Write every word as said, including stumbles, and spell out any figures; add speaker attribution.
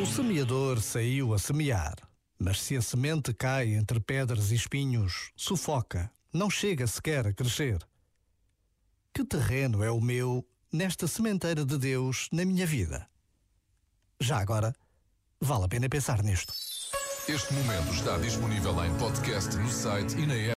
Speaker 1: O semeador saiu a semear, mas se a semente cai entre pedras e espinhos, sufoca, não chega sequer a crescer. Que terreno é o meu nesta sementeira de Deus na minha vida? Já agora, vale a pena pensar nisto.
Speaker 2: Este momento está disponível em podcast no site e na app.